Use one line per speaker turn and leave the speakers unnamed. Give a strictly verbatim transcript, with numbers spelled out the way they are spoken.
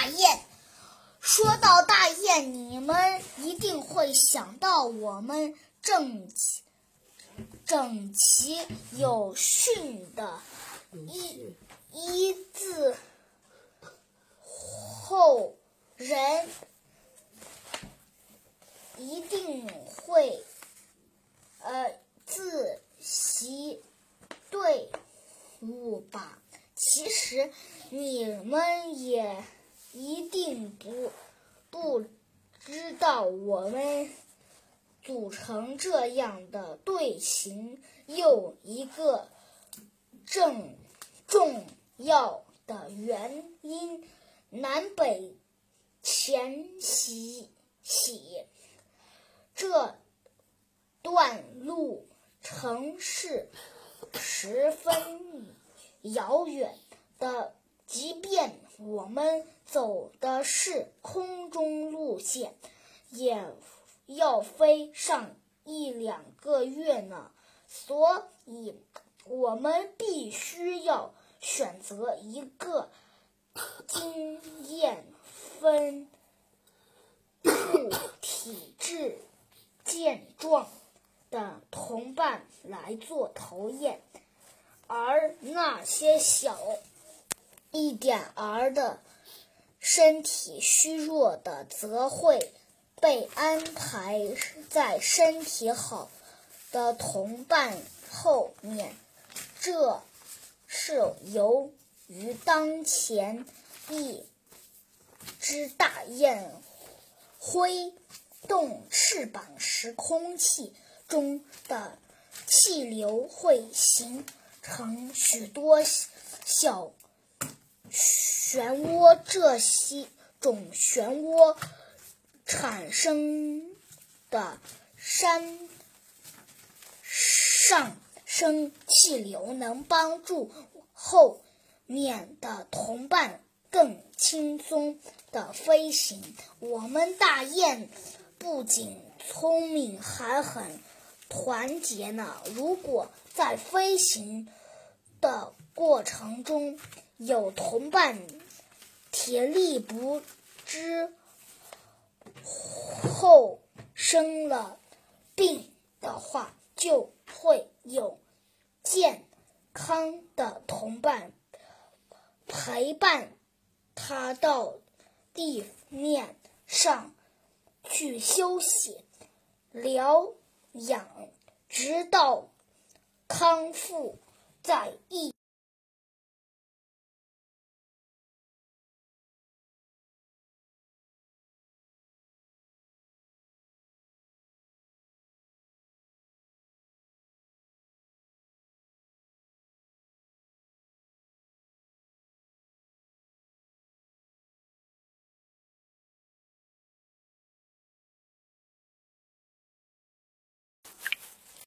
雁。说到大雁，你们一定会想到我们整齐、整齐有序的一一字后人一定会呃自习队伍吧。其实你们也一定不不知道，我们组成这样的队形有一个正重要的原因：南北迁徙徙这段路程是十分遥远的，即便我们走的是空中路线，也要飞上一两个月呢。所以我们必须要选择一个经验丰富、体质健壮的同伴来做头雁，而那些小一点儿的身体虚弱的则会被安排在身体好的同伴后面。这是由于当前一只大雁挥动翅膀时，空气中的气流会形成许多小漩涡，这些种漩涡产生的山上升气流能帮助后面的同伴更轻松地飞行。我们大雁不仅聪明，还很团结呢。如果在飞行的过程中有同伴体力不支后生了病的话，就会有健康的同伴陪伴他到地面上去休息疗养，直到康复在一